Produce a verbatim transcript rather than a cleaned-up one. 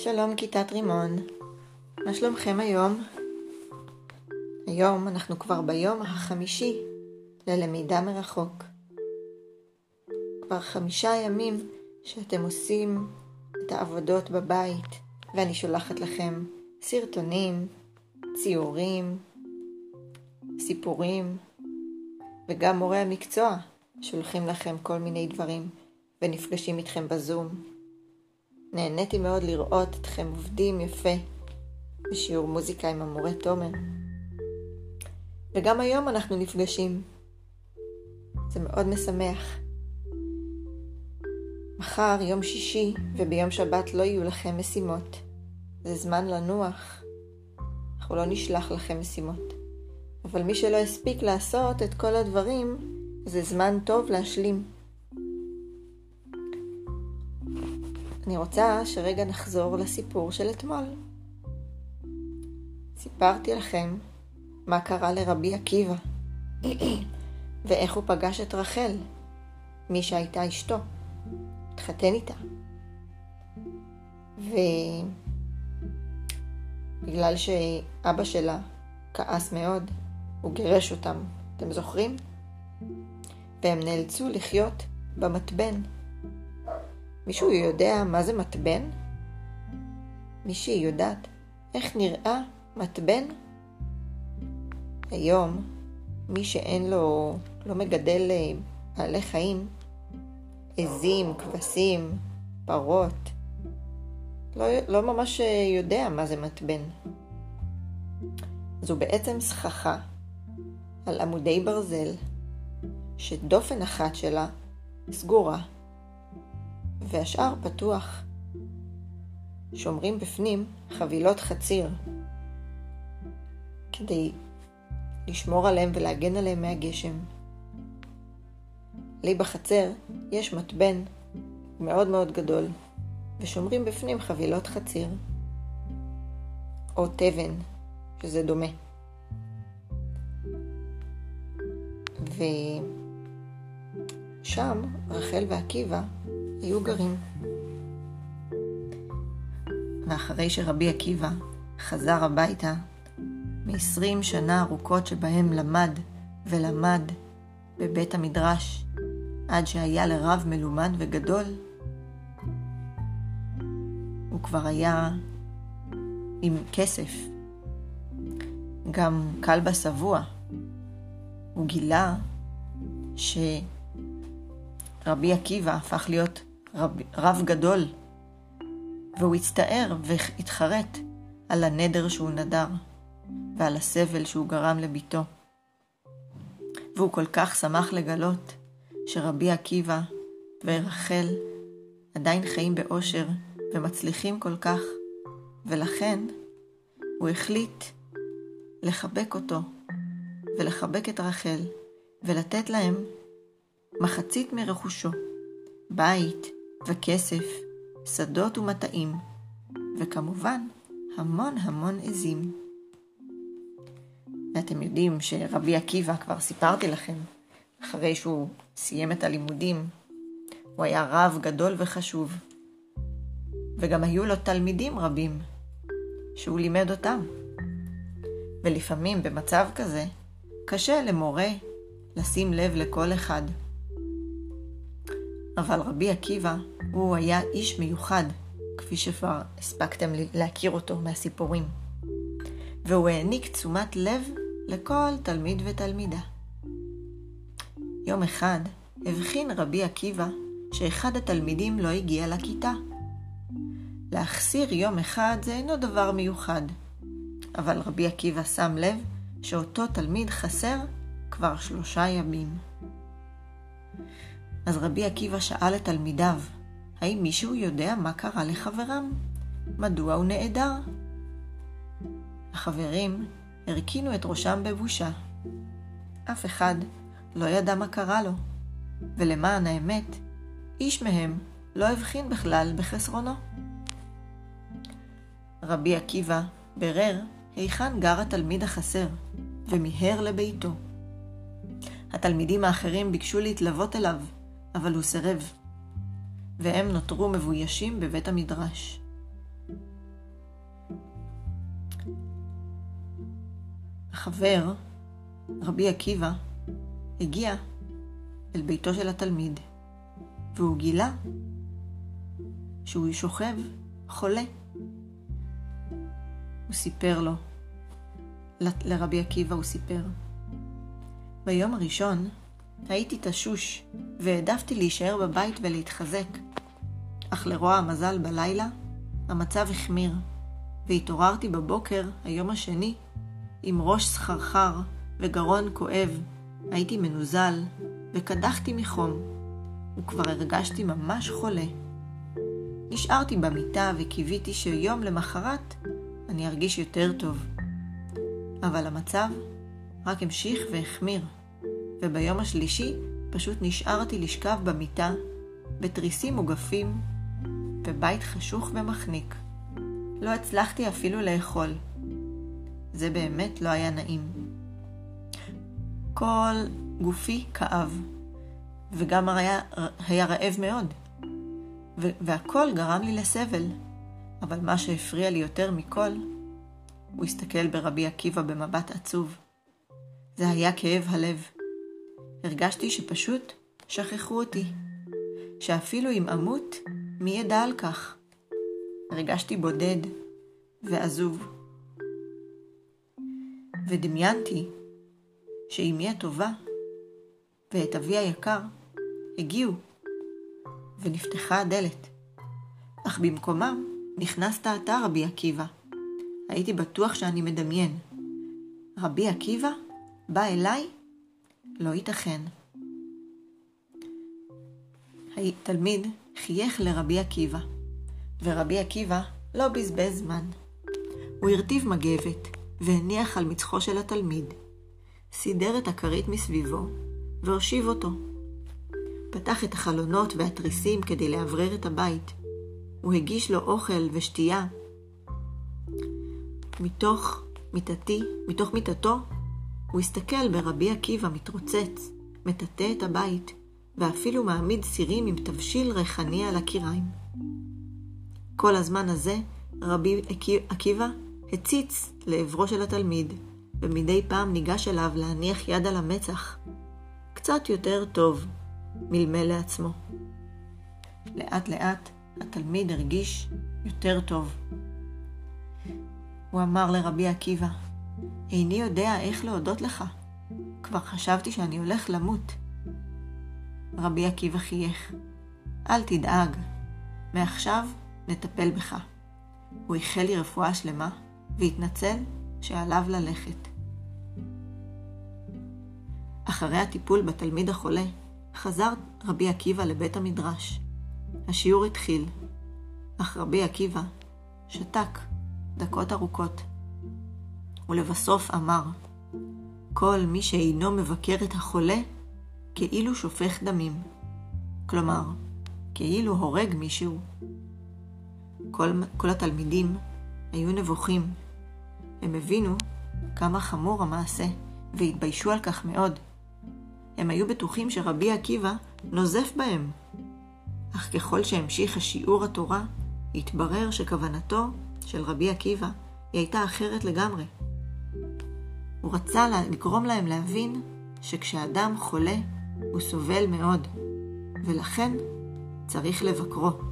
שלום כיתת רימון, מה שלומכם היום? היום אנחנו כבר ביום החמישי ללמידה מרחוק. כבר חמישה ימים שאתם עושים את העבודות בבית, ואני שולחת לכם סרטונים, ציורים, סיפורים, וגם מורי המקצוע שולחים לכם כל מיני דברים ונפגשים איתכם בזום. נהניתי מאוד לראות אתכם עובדים יפה בשיעור מוזיקה עם המורה תומר. וגם היום אנחנו נפגשים. זה מאוד משמח. מחר יום שישי וביום שבת לא יהיו לכם משימות. זה זמן לנוח. אנחנו לא נשלח לכם משימות. אבל מי שלא הספיק לעשות את כל הדברים, זה זמן טוב להשלים. אני רוצה שרגע נחזור לסיפור של אתמול. סיפרתי לכם מה קרה לרבי עקיבא ואיך הוא פגש את רחל, מי שהייתה אשתו, התחתן איתה. ובגלל שאבא שלה כעס מאוד, הוא גירש אותם, אתם זוכרים? והם נאלצו לחיות במתבן. מישהו יודע מה זה מתבן? מישהי יודעת איך נראה מתבן? היום מי שאין לו, לא מגדל בעלי חיים, עזים, כבשים, פרות, לא, לא ממש יודע מה זה מתבן. זו בעצם סככה על עמודי ברזל שדופן אחת שלה סגורה והשאר פתוח. שומרים בפנים חבילות חציר כדי לשמור עליהם ולהגן עליהם מהגשם. לי בחצר יש מתבן מאוד מאוד גדול ושומרים בפנים חבילות חציר או תבן, שזה דומה. ושם רחל ועקיבא היו גרים. ואחרי שרבי עקיבא חזר הביתה מ-עשרים שנה ארוכות שבהם למד ולמד בבית המדרש עד שהיה לרב מלומד וגדול, הוא כבר היה עם כסף, גם כלבה שבוע. הוא גילה שרבי עקיבא הפך להיות רב, רב גדול, והוא הצטער והתחרט על הנדר שהוא נדר ועל הסבל שהוא גרם לביתו. והוא כל כך שמח לגלות שרבי עקיבא ורחל עדיין חיים באושר ומצליחים כל כך, ולכן הוא החליט לחבק אותו ולחבק את רחל ולתת להם מחצית מרכושו, בית וכסף, שדות ומטעים, וכמובן המון המון עזים. ואתם יודעים שרבי עקיבא, כבר סיפרתי לכם, אחרי שהוא סיים את הלימודים, הוא היה רב גדול וחשוב, וגם היו לו תלמידים רבים שהוא לימד אותם. ולפעמים במצב כזה קשה למורה לשים לב לכל אחד. אבל רבי עקיבא הוא היה איש מיוחד, כפי שכבר הספקתם להכיר אותו מהסיפורים. והוא העניק תשומת לב לכל תלמיד ותלמידה. יום אחד הבחין רבי עקיבא שאחד התלמידים לא הגיע לכיתה. להחסיר יום אחד זה אינו דבר מיוחד, אבל רבי עקיבא שם לב שאותו תלמיד חסר כבר שלושה ימים. אז רבי עקיבא שאל את תלמידיו, האם מישהו יודע מה קרה לחברם? מדוע הוא נעדר? החברים הרקינו את ראשם בבושה. אף אחד לא ידע מה קרה לו, ולמען האמת, איש מהם לא הבחין בכלל בחסרונו. רבי עקיבא ברר היכן גר התלמיד החסר, ומיהר לביתו. התלמידים האחרים ביקשו להתלוות אליו, אבל הוא סירב, והם נותרו מבוישים בבית המדרש. החבר, רבי עקיבא, הגיע אל ביתו של התלמיד, והוא גילה שהוא שוכב חולה. הוא סיפר לו, ל- לרבי עקיבא הוא סיפר, ביום הראשון הייתי תשוש והעדפתי להישאר בבית ולהתחזק, אך לרוע המזל בלילה המצב החמיר, והתעוררתי בבוקר היום השני עם ראש סחרחר וגרון כואב. הייתי מנוזל וקדחתי מחום, וכבר הרגשתי ממש חולה. נשארתי במיטה וקיוויתי שיום למחרת אני ארגיש יותר טוב. אבל המצב רק המשיך והחמיר, וביום השלישי פשוט נשארתי לשכב במיטה, בתריסים מוגפים, בבית חשוך ומחניק. לא הצלחתי אפילו לאכול. זה באמת לא היה נעים. כל גופי כאב, וגם היה, היה רעב מאוד, ו- והכל גרם לי לסבל. אבל מה שהפריע לי יותר מכל, הוא הסתכל ברבי עקיבא במבט עצוב. זה היה כאב הלב. הרגשתי שפשוט שכחו אותי, שאפילו אם אמות, מי ידע על כך? הרגשתי בודד ועזוב. ודמיינתי שאמי הטובה ואת אבי היקר הגיעו, ונפתחה הדלת. אך במקומם נכנסת אתה, רבי עקיבא. הייתי בטוח שאני מדמיין. רבי עקיבא בא אליי? לא ייתכן. התלמיד חייך לרבי עקיבא, ורבי עקיבא לא בזבז זמן. הוא הרטיב מגבת והניח על מצחו של התלמיד, סידר את הכרית מסביבו והושיב אותו. פתח את החלונות והתריסים כדי לעברר את הבית. הוא הגיש לו אוכל ושתייה. מתוך מיטתי, מתוך מיטתו, הוא הסתכל ברבי עקיבא מתרוצץ, מטאטא את הבית, ואפילו מעמיד סירים עם תבשיל ריחני על הקיריים. כל הזמן הזה רבי עקיבא הציץ לעברו של התלמיד, ומדי פעם ניגש אליו להניח יד על המצח. קצת יותר טוב, מלמל לעצמו. לאט לאט התלמיד הרגיש יותר טוב. הוא אמר לרבי עקיבא, איני יודע איך להודות לך. כבר חשבתי שאני הולך למות. רבי עקיבא חייך. אל תדאג, מעכשיו נטפל בך. הוא איחל לי רפואה שלמה והתנצל שעליו ללכת. אחרי הטיפול בתלמיד החולה, חזר רבי עקיבא לבית המדרש. השיעור התחיל, אך רבי עקיבא שתק דקות ארוכות. ולבסוף אמר, כל מי שאינו מבקר את החולה, כאילו שופך דמים. כלומר, כאילו הורג מישהו. כל, כל התלמידים היו נבוכים. הם הבינו כמה חמור המעשה, והתביישו על כך מאוד. הם היו בטוחים שרבי עקיבא נוזף בהם. אך ככל שהמשיך השיעור התורה, התברר שכוונתו של רבי עקיבא היא הייתה אחרת לגמרי. הוא רצה לגרום להם להבין שכשאדם חולה הוא סובל מאוד, ולכן צריך לבקרו.